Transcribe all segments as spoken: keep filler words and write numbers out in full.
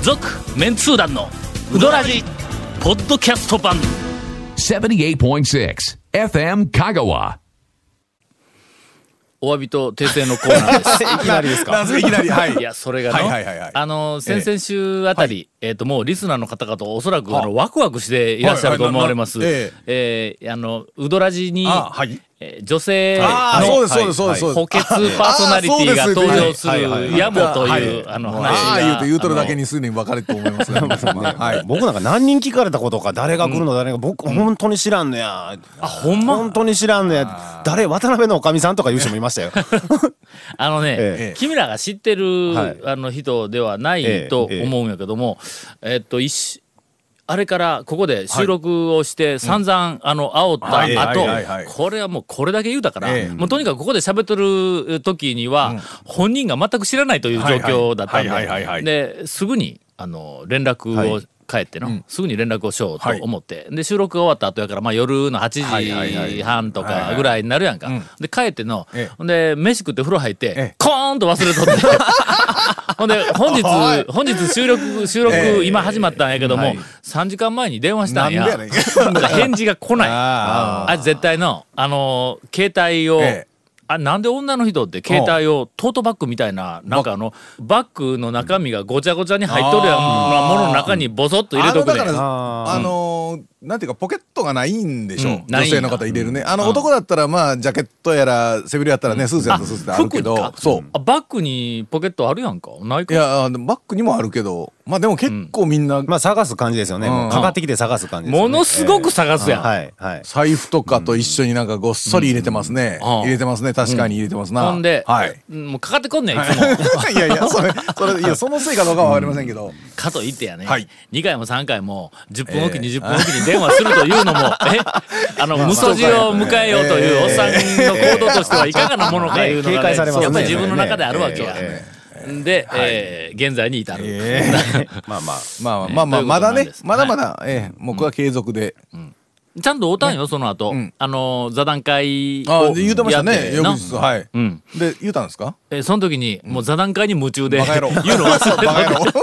続メンツー団のウドラジポッドキャスト版ななじゅうはちてんろく エフエム 香川。 お詫びと訂正のコーナーですいきなりですか。 なんすかいきなり、はい。 いやそれがの、 はいはいはいはいあの先々週あたり、えーえーともうリスナーの方々おそらくあのワクワクしていらっしゃると思われます、 はいはいななえーあのウドラジに、 あ、はい。 えー女性のあーそうですそうですそうですそうです補欠パーソナリティが登場するヤモというあの話がああ言うと言うとるだけにすでに分かれると思いますが、皆様はい。 僕なんか何人聞かれたことか、誰が来るの誰が、僕本当に知らんのや。 あほんま本当に知らんのや。誰、渡辺のおかみさんとか言う人もいましたよ。 あのね、 ええ君らが知ってる、 はいあの人ではないと思うんやけども、えっと一あれからここで収録をして散々、あの煽ったはい後、 はいはいはいこれはもうこれだけ言うたから、 ええもうとにかくここで喋ってる時には、本人が全く知らないという状況だったんはいはいはいはいで、ですぐにあの連絡を、 はい帰っての、すぐに連絡をしようと思って、で収録が終わった後やから、まあ、夜のはちはいはいはいじはんとかぐらいになるやんか、で帰っての、 えほんで飯食って風呂入って、 ええコーンと忘れとってほんで本日本日収録収録、 ええ今始まったんやけども、 はいさんじかんまえに電話したんや。 なんでやねんだから返事が来ない。 ああ絶対のあのー携帯を、 ええあなんで女の人って携帯をトートバッグみたいななんかあのバッグの中身がごちゃごちゃに入っとるようなものの中にボソッと入れとくねん。 あのだからああのーなんていうかポケットがないんでしょ、 うんないんや女性の方入れるね。あの男だったらまあジャケットやら背広やったらね、スーツやったらスーツであるけど、 服かそう。 あバッグにポケットあるやんかないか。 いやあのバッグにもあるけど、まあでも結構みんな、 まあ探す感じですよね。 うんもうかかってきて探す感じですよね。 ものすごく探すやん。 はいはい。 財布とかと一緒になんかごっそり入れてますね、 うん入れてますね、確かに入れてますな、 ほんで、 はいうんもうかかってこんねんいつも。 いやいやそれそれいやそのせいかどうかは分かりませんけど、 かといってやね、 はいにかいもさんかいもじゅっぷんおき、 ええにじゅっぷんおきに電話するというのもえあの無素地を迎えようというおっさんの行動としてはいかがなものかいうの警が、ね戒されますねやっぱり自分の中であるわけや。 えで、えー現在に至る。 ええまあまあ。 まあまあまあということまだねなんですまだまだ、ええ僕は継続で、 ちゃんとおたんよ、その後、 んあの座談会あを言うてましたやってなね翌日、はい、 うんで言うたんですか、 えーその時にもう座談会に夢中でバカ野郎言うの忘れバカ野て郎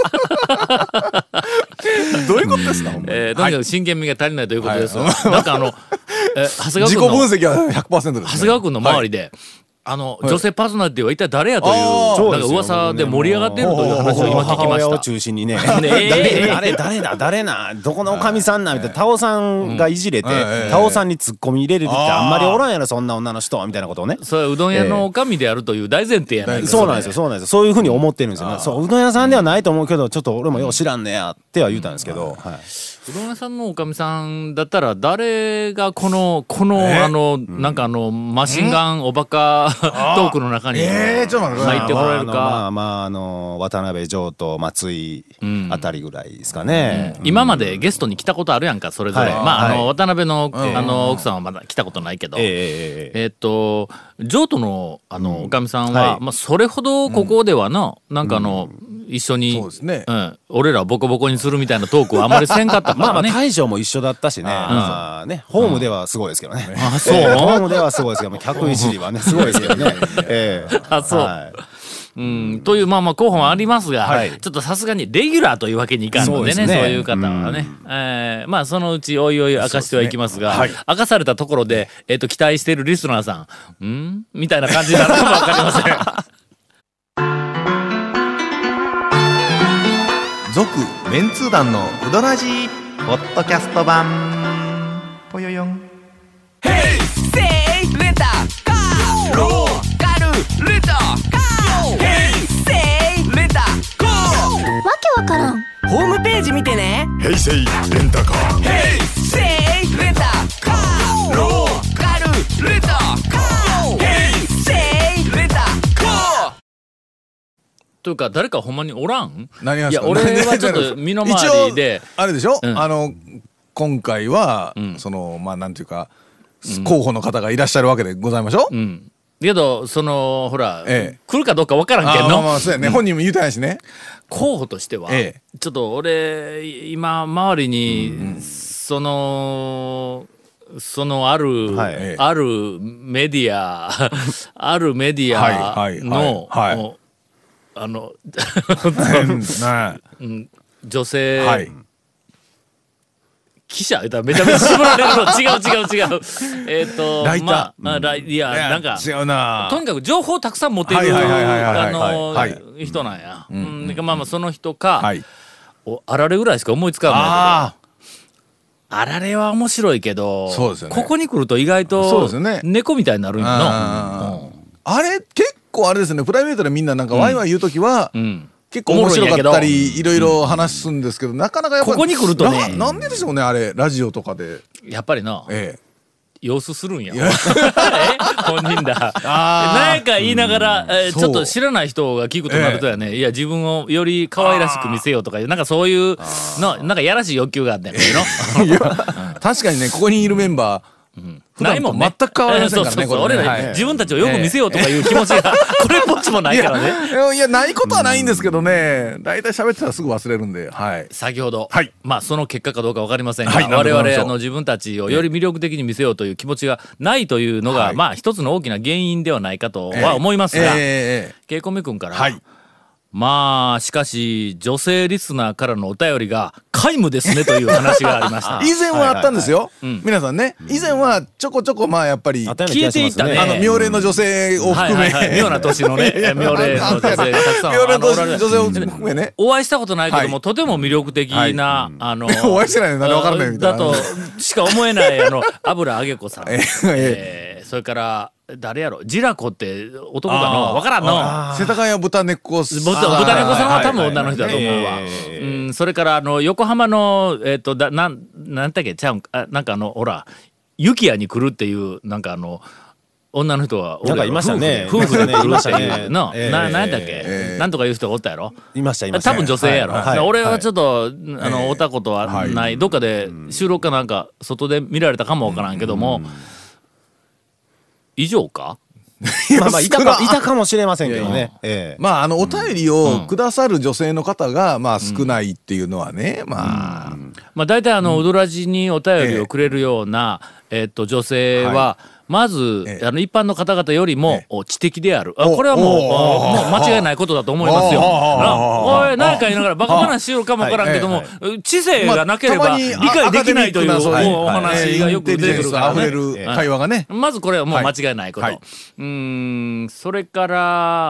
どういうことですか、ほんまにえーとにかく真剣味が足りないということですわ、 はいなんかあの、えー長谷自己川君の分析は ひゃくパーセントです、ね、 長谷川君の周りで、あの女性パーソナリティは一体誰やという、 あーなんか噂で盛り上がっているという話を今聞き母親をました。 中心にね。 ねえ誰誰だ誰だどこのおかみさんなんみたいな、タオさんがいじれて、 ええタオさんにツッコミ入れるってあんまりおらんやろそんな女の人みたいなことをね。 それはうどん屋のおかみであるという大前提やないか。 そうなんですよそうなんですよそういうふうに思ってるんですよね。そううどん屋さんではないと思うけどちょっと俺もよう知らんねやっては言うたんですけど、はいうどん屋さんのおかみさんだったら誰がこのこの、 えあのなんかあのマシンガンおバカトークの中にえーちょっと待ってください入ってこられるまあか。 まあまああの渡辺城と松井あたりぐらいですかね。 今までゲストに来たことあるやんかそれぞれ、 はいまああの、 はい渡辺の,、 んあの奥さんはまだ来たことないけど、 えええええええーっと譲渡のあのおかみさんは、 はいまあ、それほどここではな、なんかあの、一緒にそうですねん、俺らボコボコにするみたいなトークはあまりせんかったかまあまあらね。 大将も一緒だったしね。まあねホームではすごいですけどね。 あそうええホームではすごいですけど、客いじりはねすごいですけどね。ええあそうはいうん、というまあまあ候補もありますが、 はいちょっとさすがにレギュラーというわけにいかんのでね、そううそですねいう方はね、えーまあそのうちおいおい明かしてはいきますが、明かされたところで、えー、と期待しているリスナーさん、んみたいな感じになるかもわかりません。 続メンツー団のウドラジーポッドキャスト版ぽよよん。 わけわからん。 ホームページ見てね。 平成レンタカーヘイセイレンタカーローカルレンタカーヘイセイレンタカー。 というか誰かほんまにおらん？ 何がですか。 いや俺はちょっと身の回りで一応あれでしょ、 うんあの今回は、 んそのまあなんていうか、候補の方がいらっしゃるわけでございましょ、 うんけどそのほら、 ええ来るかどうかわからんけんの、 あまあまあそうやね、本人も言うてないしね。 候補としては、 ええちょっと俺今周りに、そのそのある、 はいあるメディアあるメディアの、 はいはいはいはいあのねうん女性、 はい、 記者言ったらめちゃめちゃ絞られるの違う違う違うえっとライター、 まあ、あライいやなんか違うな、 とにかく情報たくさん持てるあの人なんや、うん、うん、まあまあその人か、はい、おあられぐらいしか思いつかないけど、ああられは面白いけど、そうですよね、ここに来ると意外と猫みたいになるんやな、うん、あれ結構あれですね、プライベートでみんななんかワイワイ言うときは、うんうん、結構面白かったりいろいろ話すんですけど、うん、なかなかやっぱりここに来るとねな, なんででしょうね、あれラジオとかでやっぱりな、ええ、様子するんや本人だ何か言いながら、えー、ちょっと知らない人が聞くとなるとやね、ええ、いや自分をより可愛らしく見せようとかいうなんかそういうのなんかやらしい欲求があってんのいや確かにね、ここにいるメンバー、うん、ないもんね、全く変わりませんからね、これね、俺ら、はい、自分たちをよく見せようとかいう気持ちが、えー、これっぽっちもないからねいや、いやないことはないんですけどね、大体喋ってたらすぐ忘れるんで、はい、 先ほど、はい、まあその結果かどうか分かりませんが、はい、我々あの自分たちをより魅力的に見せようという気持ちがないというのが、はい、まあ一つの大きな原因ではないかとは思いますが、えーえー、ケイコミ君から、はい、まあしかし女性リスナーからのお便りが皆無ですねという話がありました以前はあったんですよ、はいはいはい、皆さんね、以前はちょこちょこまあやっぱり消えていったね、 あの妙齢の女性を含め、はいはいはい、 妙な年のね妙齢の女性がたくさん妙齢の女性を含めね、 お会いしたことないけども、はい、とても魅力的な、はい、あのお会いしてないのなんで分からないみたいなだとしか思えないあの油揚げ子さん、えーえー、それから誰やろ、ジラコって男かの分からんの、 世田谷豚猫さん、豚猫さんは多分女の人だと思うわ、うん、それからあの横浜のえっ、ー、とだなんなんだっけちゃうんあなんかあのほら雪屋に来るっていうなんかあの女の人はなんかいましたね、 夫婦で来るっていうの、えー、ななんだっけ、えー、なんとかいう人がおったやろ、 いましたいました、 多分女性やろ、はいはい、俺はちょっと、はい、あのおったことはない、はい、どっかで収録かなんか外で見られたかもわからんけども、以上かまあまあいたかいたかもしれませんけどね、 ええ、まああのお便りをくださる女性の方がまあ少ないっていうのはね、まあ、うん、 まあ大体あのウドラジにお便りをくれるような、えー、っと女性は、はい、まず、ええ、あの一般の方々よりも、ええ、知的である。あ、これはもう、もう間違いないことだと思いますよ。おい、何か言いながらバカ話しようかもわからんけども、知性がなければ理解できないというお話がよく出てくるからね。 溢れる会話がね。 まずこれはもう間違いないこと。うーん、それから、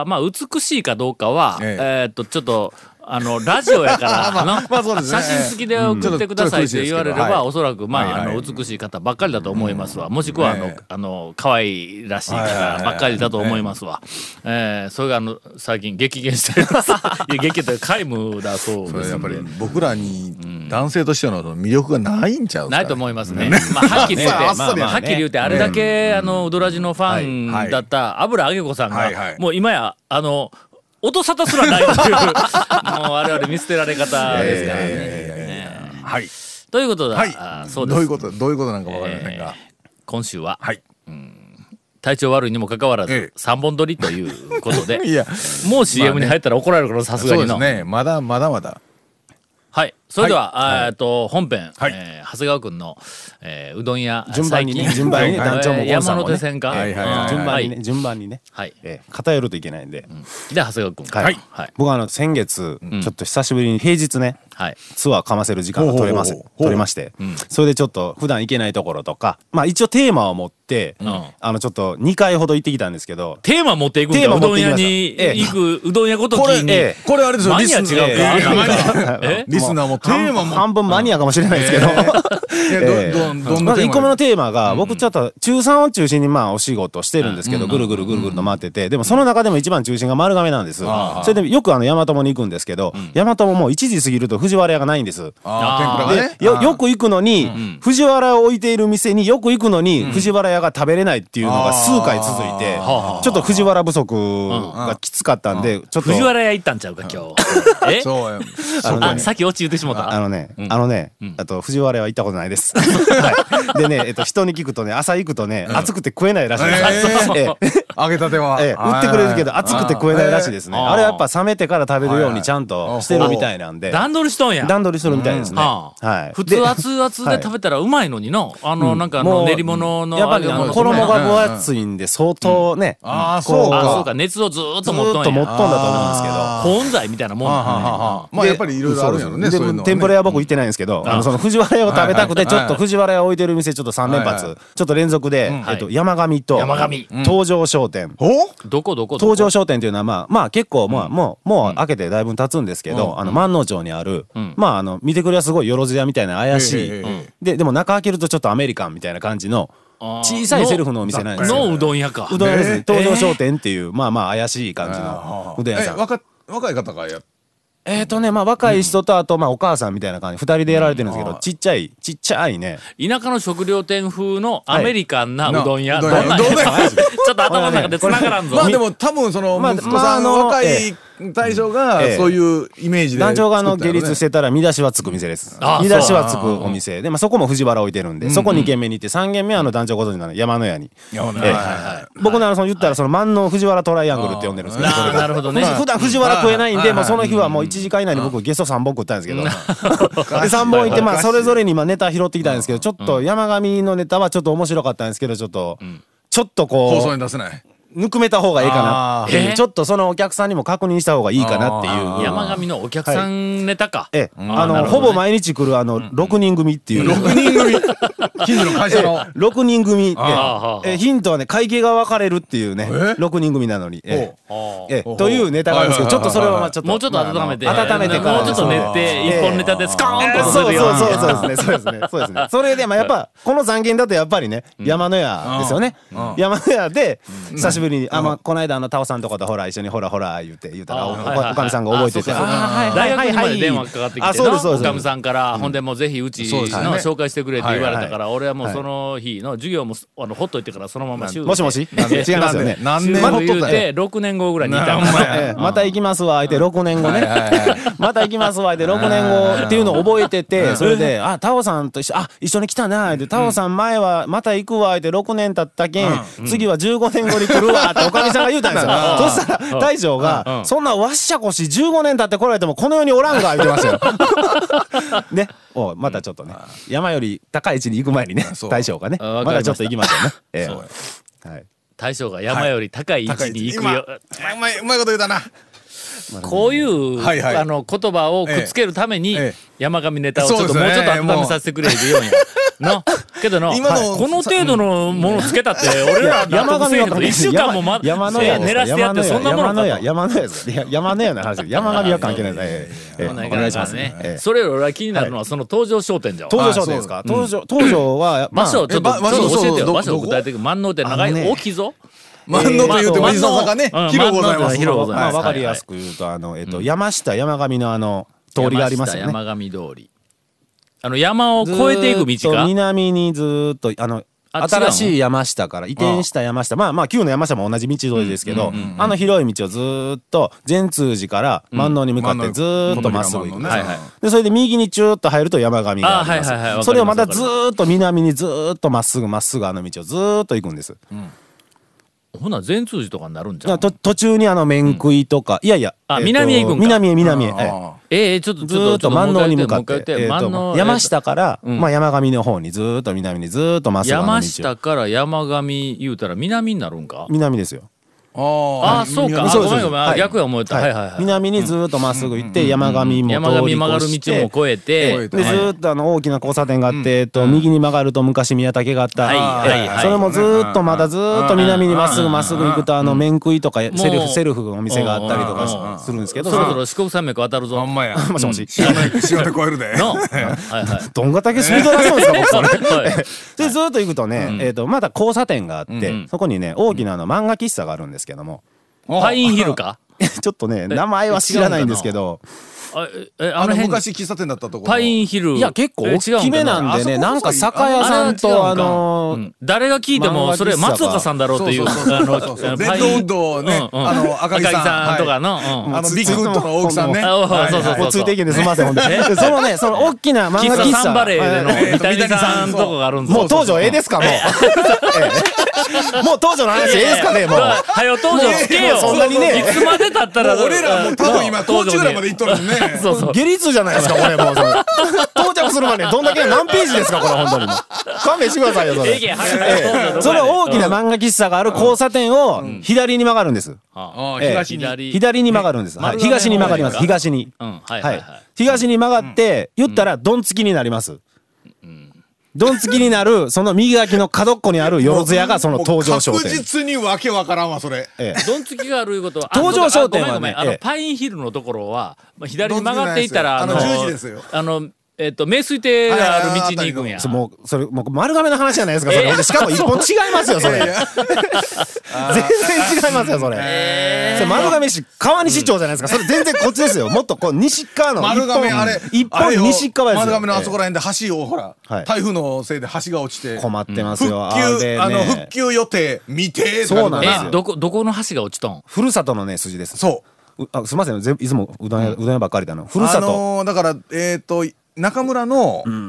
まあ美しいかどうかは、えっと、ちょっと、あのラジオやからまあまあそうですね、写真付きで送ってくださいって言われれば、うん、おそらくまあ、はいはい、あの美しい方ばっかりだと思いますわ、うん、もしくはあの、ね、あの可愛らしい方ばっかりだと思いますわ、えー、それがあの最近激減してるいや激減というか皆無だそうです。 やっぱり僕らに男性としての魅力がないんちゃう、 ね、ないと思いますね、まあ、はっきり言って、まあまあね、はっきり言ってあれだけ、あのウドラジのファンだった油揚げ子さんが、はいはい、もう今やあの音沙汰すらないというもう我々見捨てられ方ですからね。はい。ということだ、はい、あそうです。 どういうことどういうことなんかわかりませんが、 えー、今週は、はい、うん、体調悪いにもかかわらず、ええ、さんぼん撮りということでいやもう シーエム に入ったら怒られるからさすがにの。 そうですね。まだまだまだ。 はい。それでは、はい、えっと本編、はい、えー、長谷川くんの、えー、うどん屋順番にね順番にね団長もゴンさんもね山手線か、はいはいはい、 順番にね順番にね、はい、えー、偏るといけないんで、うん、 で長谷川くん、 はいはいはい、僕はあの先月、うん、ちょっと久しぶりに平日ね、はい、ツアーかませる時間が取れます取れまして、うん、それでちょっと普段行けないところとか、まあ一応テーマを持って、うん、あのちょっとにかいほど行ってきたんですけど、 テーマ持っていくんだ。うどん屋に行く、うどん屋ごときに、 ええ、これあれですよ、 マニア違うか、 えリスナーもテーマも半分マニアかもしれないですけど、いっこめのテーマが、僕ちょっと中さんを中心にまあお仕事してるんですけど、ぐるぐるぐるぐると回ってて、でもその中でも一番中心が丸亀なんです。それでよくあの大和もに行くんですけど、大和ももういちじ過ぎると藤原屋がないんです。で よ, よく行くのに、うん、藤原を置いている店によく行くのに、うん、藤原屋が食べれないっていうのが数回続いて、ちょっと藤原不足がきつかったんで、ちょっと藤原屋行ったんちゃうか今日えそうや、 あの、ね、 あ、さっき落ち言ってしもた。 あのね、うん、あのね、うん、あと藤原屋は行ったことないです。はい。でね、えっと、人に聞くとね、朝行くとね、暑くて食えないらしいです。 えー、揚げたては、 えー、売ってくれるけど、暑くて食えないらしいですね。あれやっぱ冷めてから食べるようにちゃんとしてるみたいなんで。 段取りしとんや。 段取りするみたいですね。はい。 普通熱々で食べたらうまいのにの、あの、なんか練り物の。 やっぱり衣が分厚いんで、相当ね。 ああ、そうか。 そうか、熱をずーっと持っとんや。 ずーっと持っとんだと思うんですけど。 保温材みたいなもん。 まあやっぱりいろいろあるんやろね。 で、天ぷら屋僕行ってないんですけど、あの、その藤原屋を食べたくて、ちょっと藤原屋置いてる店ちょっとさん連発、ちょっと連続で、えっと、山上と、東条商店。 どこどこ東条商店というのは、まあ、まあ結構、まあ、もう、もう開けてだいぶ経つんですけど、あの、万能町にある、まあ、あの、見てくれはすごいよろず屋みたいな怪しい、で、でも中開けるとちょっとアメリカンみたいな感じの、小さいセルフのお店なんですよ。 のうどん屋か。 うどん屋ですね。東条商店っていう、まあまあ怪しい感じのうどん屋さん。 若い方がやえっとね、まあ若い人とあとまあお母さんみたいな感じ、二人でやられてるんですけど、ちっちゃい、ちっちゃいね。 田舎の食料店風のアメリカンなうどん屋。どんなんやちょっと頭の中で繋がらんぞ。 まあでも多分その息子さんの若い大将がそういうイメージで。 団長があの下痢してたら見出しはつく店です。見出しはつくお店で、まあそこも藤原置いてるんで、そこに軒目に行ってさん軒目はあの団長ご存知なの山の屋に。僕のあのその言ったらその万能藤原トライアングルって呼んでるんですけど。 なるほどね。 普段藤原食えないんで、もうその日はもういちじかん以内に僕ゲストさんぼん食ったんですけど。でさんぼんいってまあそれぞれに今ネタ拾ってきたんですけど、ちょっと山上のネタはちょっと面白かったんですけど、ちょっとちょっとこう放送に出せない。 ぬくめた方がいいかなっていう、ちょっとそのお客さんにも確認した方がいいかなっていう。 山上のお客さんネタか。 ええ、あのほぼ毎日来るあのろくにん組っていう。 ろくにん組。近所の会社のろくにん組で、ヒントはね会計が分かれるっていうね、ろくにん組なのに、ええというネタがあるんですけど、ちょっとそれはまあちょっともうちょっと温めて温めてからもうちょっと練って一本ネタでスカーンとそうそうそうそうですねそうですねそうですね。それでまあやっぱこの残金だとやっぱりね山の屋ですよね。山の屋で久しぶりにあまあこの間あのタオさんとかとほら一緒にほらほら言って言うたらおかみさんが覚えてて、 大学にまで電話かかってきておかみさんからほんでもうぜひうちの紹介してくれって言われたから俺はもうその日の授業もあのほっといてからそのまま週もしもし違いますよね。 何年ほっとってろくねんごぐらいにいたんでまた行きますわ相手ろくねんごねまた行きますわ相手ろくねんごっていうのを覚えてて、それであタオさんと一緒あ一緒に来たなってタオさん前はまた行くわってろくねん経ったけん次はじゅうごねんごに来るわっておかみさんが言うたんですよ。そしたら大将がそんなわっしゃこしじゅうごねん経って来られてもこの世におらんが言ってましたよ。ね、おまたちょっとね山より高い位置に行く前にね大将がねまだちょっと行きましょうね。ええ、はい。 大将が山より高い位置に行くよ。 うまいうまいこと言うたな。 こういうあの言葉をくっつけるために山上ネタをちょっともうちょっと温めさせてくれるように。のけどのこの程度のものつけたって俺ら山上は一週間もま山の屋練らしてやってそんなものかと山の屋です山の屋の話です。山上は関係ないです。お願いしますね。 それより俺は気になるのはその東条商店じゃん。 東条商店ですか。東条東条は場所ちょっと教えてよ。場所具体的に万能店長い大きいぞ。 万能というても伊沢坂ね広ございます。 広ございます。わかりやすく言うとあのえっと山下山上のあの通りがありますよね。 山上通り。あの山を越えていく道か。 南にずっとあの新しい山下から移転した山下、まあまあ旧の山下も同じ道沿いですけど、あの広い道をずっと善通寺から万能に向かってずっとまっすぐ行くんです。でそれで右にチューッと入ると山上があります。それをまたずっと南にずっとまっすぐまっすぐあの道をずっと行くんです。 ほな善通寺とかになるんじゃん。 途中にあの麺食いとかいやいや南へ行くんか。 南へ南へええちょっとずーっと万能に向かって山下からまあ山上の方にずーっと南にずーっとまっすぐ山下から山上言うたら南になるんか。 南ですよ。 ああそうか。ごめんごめん逆や思えた。はいはいはい。 南にずーっとまっすぐ行って山上も通り越して山上曲がる道も越えてでずーっとあの大きな交差点があってと右に曲がると昔宮武があったそれもずーっとまだずーっと南にまっすぐまっすぐ行くとあの麺食いとかセルフセルフのお店があったりとかするんですけどそろそろ四国山脈渡るぞ。 ほんまや。 もしもし島根越えるで。 のはいはいどんがたけスピード出すんですか僕それ。でずーっと行くとねえっとまた交差点があってそこにね大きなあの漫画喫茶があるんですけどもパインヒルかちょっとね名前は知らないんですけどえあの昔喫茶店だったところパインヒル。 いや結構大きめなんでね、なんか酒屋さんとあの誰が聞いてもそれ松岡さんだろうというあのレッドウッドね、あの赤木さんとかのあのビッグウッドの大木さんね、 そうそうそう、 ついていけんですみませんほんで。そのねその大きな漫画喫茶サンバレーでの三谷さんとこがあるんですよ。 もう東條ええですかもう。もう東條の話ええですかねもう。 はよ東條つけよ。 そんなにね。 いつまで経ったら俺らもう多分今高知ぐらいまで行っとるんね。 そうそう。下痢じゃないですかこれもう。到着するまでどんだけ何ページですかこれ本当に。勘弁してくださいよそれ。その大きな漫画喫茶がある交差点を左に曲がるんです。 東に左に曲がるんです。東に曲がります。東に。はい東に曲がって言ったらドンつきになります。ドンつきになるその右脇の角っこにあるよろずやがその東条商店。 確実にわけわからんわそれ。 ドンつきがあるいうことは東条商店はね、 あのパインヒルのところは左に曲がっていったらあのじゅうじですよ。 あのえっと名水亭がある道に行くんや。 もうそれもう丸亀の話じゃないですかそれ。しかも一本違いますよそれ。全然違いますよそれ。それ丸亀市川西町じゃないですか。それ全然こっちですよ。もっとこう西側の丸亀あれ一本西側ですよ。 丸亀のあそこら辺で橋をほら台風のせいで橋が落ちて困ってますよ。 復旧あの復旧予定未定。 そうなんですよ。 どこどこの橋が落ちとん？ ふるさとのね筋です。 そう。 あすみませんいつもうどん屋うどん屋ばっかりだの。ふるさと。 あのだからえっと。中村の、 うん、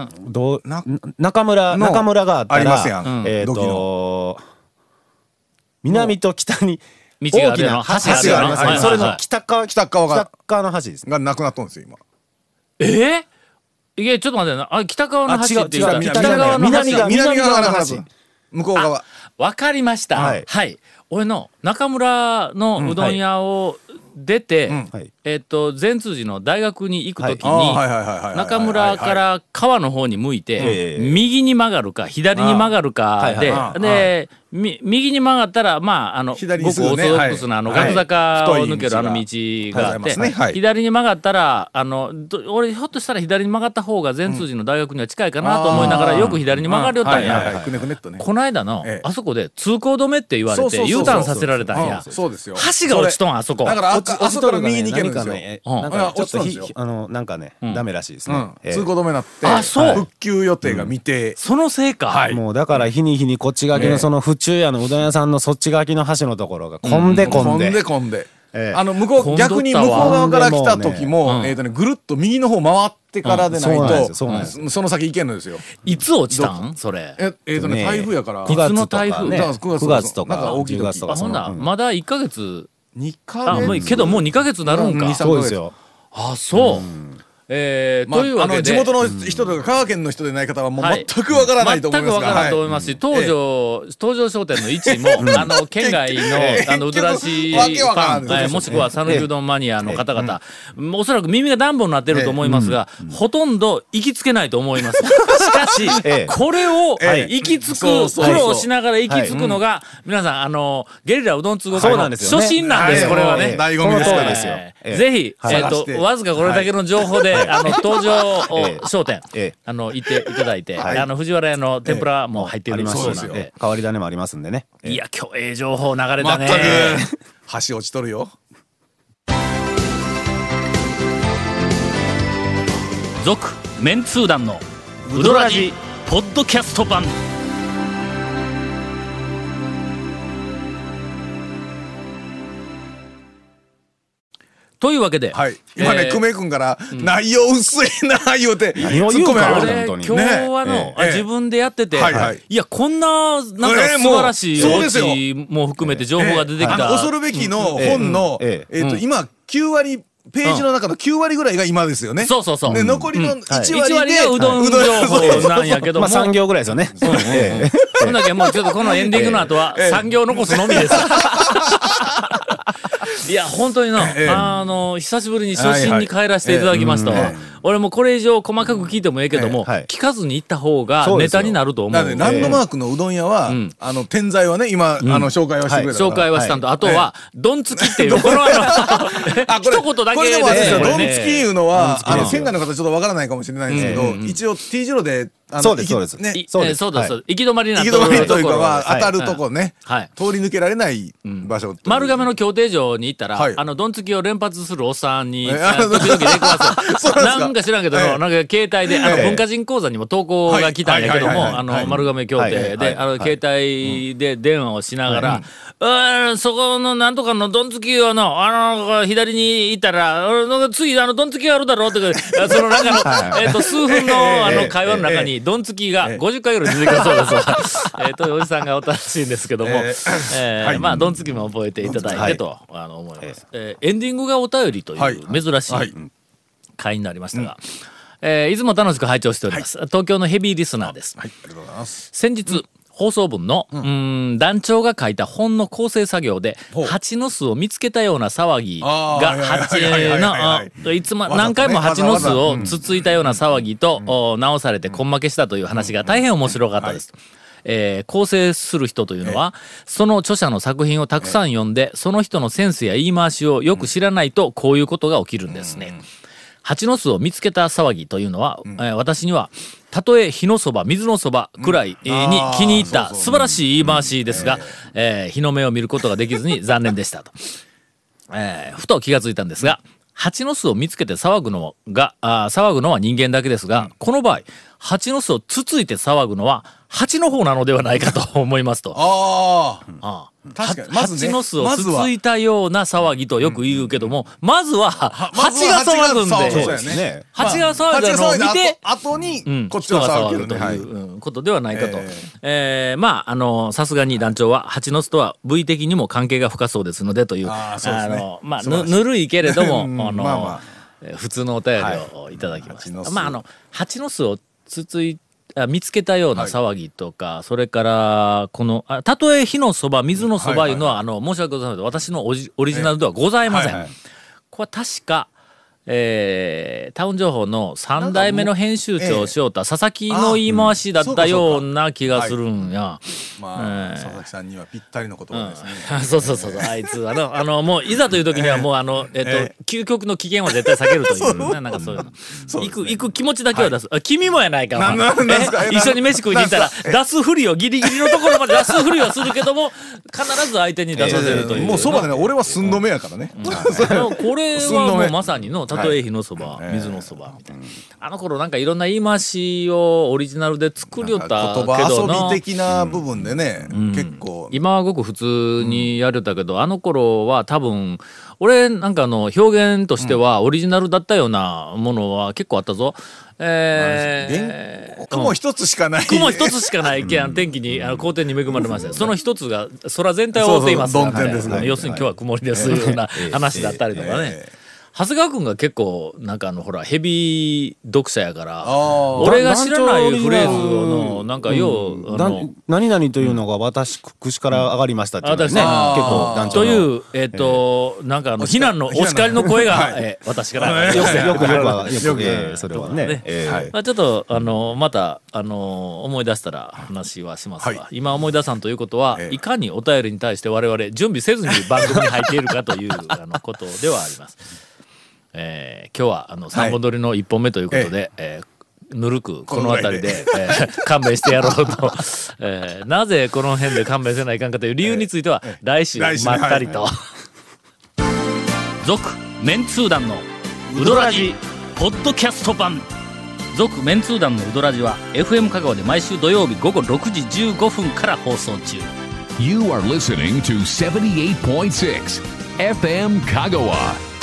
どう中村中村があったらありますやん。 えっと南と北に大きな橋がありますね。それの北側北側が北側の橋ですがなくなったんですよ今。 ええ？いやちょっと待ってな。あ北側の橋っていうか北側の南側南側の橋向こう側。 わかりました。はい。俺の中村のうどん屋を出て、えっと善通寺の大学に行くときに中村から川の方に向いて右に曲がるか左に曲がるかでで右に曲がったらまああのごくオーソドックスなあの角坂を抜けるあの道があって左に曲がったらあの俺ひょっとしたら左に曲がった方が善通寺の大学には近いかなと思いながらよく左に曲がりよったんや。この間のあそこで通行止めって言われて U ターンさせられたんや。橋が落ちとんあそこ。 だからあそこから右に行けるんですよ。 なんかちょっとあのなんかねダメらしいですね。 通行止めになって復旧予定が未定。 そのせいか。 もうだから日に日にこっち側のその府中屋のうどん屋さんのそっち側の橋のところが混んで混んで混んで混んで。あの向こう逆に向こう側から来た時もえっとねぐるっと右の方回ってからでないとその先行けんのですよ。 いつ落ちたんそれ？ えっとね台風やから。 くがつとかくがつとか大きい時とか。 ほんなまだいっかげつ。 にかげつけどもうにかげつなるんか。 そうですよ。 あそう。えー、というわけで地元の人とか香川県の人でない方はもう全くわからないと思いますが、 全くわからないと思いますし、東条東条商店の位置もあの県外のあのうどらしファンもしくは讃岐うどんマニアの方々、おそらく耳がダンボになってると思いますが、ほとんど行きつけないと思います。しかしこれを行き着く苦労しながら行き着くのが皆さんあのゲリラうどん通ご会の初心なんです。これはね醍醐味ですよ。 ぜひえっとわずかこれだけの情報であの東条商店あの行っていただいて、あの藤原屋の天ぷらも入っているそうなんで変わり種もありますんでね。 いや今日ええ情報流れたね。 橋落ちとるよ。 続メンツー団のウドラジポッドキャスト版。というわけで、 はい、今ね、久米君から内容薄いな言うて何を言うか俺今日はの自分でやってて、いやこんななんか素晴らしいお家も含めて情報が出てきた。 恐るべきの本のえっと今きゅうわりページの中のきゅうわりぐらいが今ですよね。 そうそうそう。 で残りのいちわりでがうどん情報なんやけども、 まあさん行ぐらいですよね。 そんだけもうちょっとこのエンディングの後はさん行残すのみです。いや本当にの、ええ、あの久しぶりに初心に帰らせていただきますと、はいはいええ、俺もこれ以上細かく聞いてもええけども、ええ、聞かずに行った方がネタになると思う。 なのでランドマークのうどん屋は、ええ、あの天材はね今、うん、あの紹介はしてくれたから、 はい、紹介はしたんと、はい、あとは、ええ、どんつきっていうこのあの一言だけで、 これでもどんつきいうのはあの県外の方ちょっとわからないかもしれないんですけど、うんうん、一応 T 字路でそうですそうですね、そうですそうです。行き止まりになってるところ、行き止まりというかまあ当たるとこね、通り抜けられない場所。 丸亀の競艇場に行ったら、あのドンつきを連発するおっさんに時々出くわす。なんか知らんけど、なんか携帯であの文化人講座にも投稿が来たんやけども、あの丸亀競艇であの携帯で電話をしながら。そこのなんとかのどんつきをのあの左に行ったら次あのどんつきがあるだろうとかその中のえっと数分のあの会話の中にどんつきがごじゅっかいぐらい出てくるそうですえっとおじさんがおったらしいんですけどもえまあどんつきも覚えていただいてとあの思いますエンディングがお便りという珍しい回になりましたがえいつも楽しく拝聴しております東京のヘビーリスナーです先日放送分の、うん、うん団長が書いた本の構成作業で蜂の巣を見つけたような騒ぎが蜂のいつも何回も蜂の巣をつついたような騒ぎと、うん、直されて根負けしたという話が大変面白かったです。えー、構成する人というのはその著者の作品をたくさん読んでその人のセンスや言い回しをよく知らないとこういうことが起きるんですね。蜂の巣を見つけた騒ぎというのは、うんえー、私にはたとえ火のそば水のそばくらいに気に入った素晴らしい言い回しですが、えー、日の目を見ることができずに残念でしたと、えー、ふと気がついたんですが蜂の巣を見つけて騒ぐのがあ騒ぐのは人間だけですが、うん、この場合蜂の巣をつついて騒ぐのは蜂の方なのではないかと思いますと。ああ確かにまずね、蜂の巣をつついたような騒ぎとよく言うけども、まずは蜂が騒ぐんで、蜂が騒いだのを見て後にこっちが騒ぐということではないかと。えー、まああのさすがに団長は蜂の巣とは部位的にも関係が深そうですのでという、あのまあぬぬるいけれどもあの普通のお便りをいただきました。まああの蜂の巣をつつい見つけたような騒ぎとか、はい、それからこのたとえ火のそば水のそばいうのは、はいはいはい、あの申し訳ございません私のオリオリジナルではございません、はいはい、これは確か、えー、タウン情報のさん代目の編集長をしようた佐々木の言い回しだったような気がするんや、 まあ、えー、佐々木さんにはぴったりの言葉ですね、 うん、そうそうそうそうあいつあのあのもういざという時にはもうあの、えーえー、究極の危険は絶対避けるという、ね、なんかそういうのそう、ね、行く行く気持ちだけは出す、はい、君もやないか、まあ、一緒に飯食いに行ったら出すふりをギリギリのところまで出すふりはするけども必ず相手に出させるという、 えー、もうそばでね俺は寸止めやからね、うんうん、これはもうまさにのたとえ火のそば、はい、水のそばみたいな、えー、あの頃なんかいろんな言い回しをオリジナルで作りよったけどな言葉遊び的な部分でね、うん、結構今はごく普通にやれたけど、うん、あの頃は多分俺なんかの表現としてはオリジナルだったようなものは結構あったぞ。 えー、雲一つしかない雲一つしかないけん天気にあの好天に恵まれました。その一つが空全体を覆っていますからね。そうそう、要するに今日は曇りですような話だったりとかね。長谷川君が結構なんかあのほらヘビー読者やから俺が知らないフレーズのなんかよう、うん、あの何々というのが私口から上がりましたっていうのね、うん、結構団長のというえっ、ー、と、えー、なんかあの非難のお叱りの声が、はいえー、私からよくよくよくよく、えー、それはね、ねえーはいまあ、ちょっとあのまたあの思い出したら話はしますが、はい、今思い出さんということは、えー、いかにお便りに対して我々準備せずに番組に入っているかというあのことではあります。えー、今日はあのさんぼん撮りのいっぽんめということで、はいえー、ぬるくこの辺りで、えー、勘弁してやろうと、えー、なぜこの辺で勘弁せないかんかという理由については、えー、来週まったりと続メンツー団のウドラジポッドキャスト版続メンツー団のウドラジは エフエム 香川で毎週土曜日午後ろくじじゅうごふんから放送中。 You are listening to セブンティーエイトポイントシックス エフエム 香川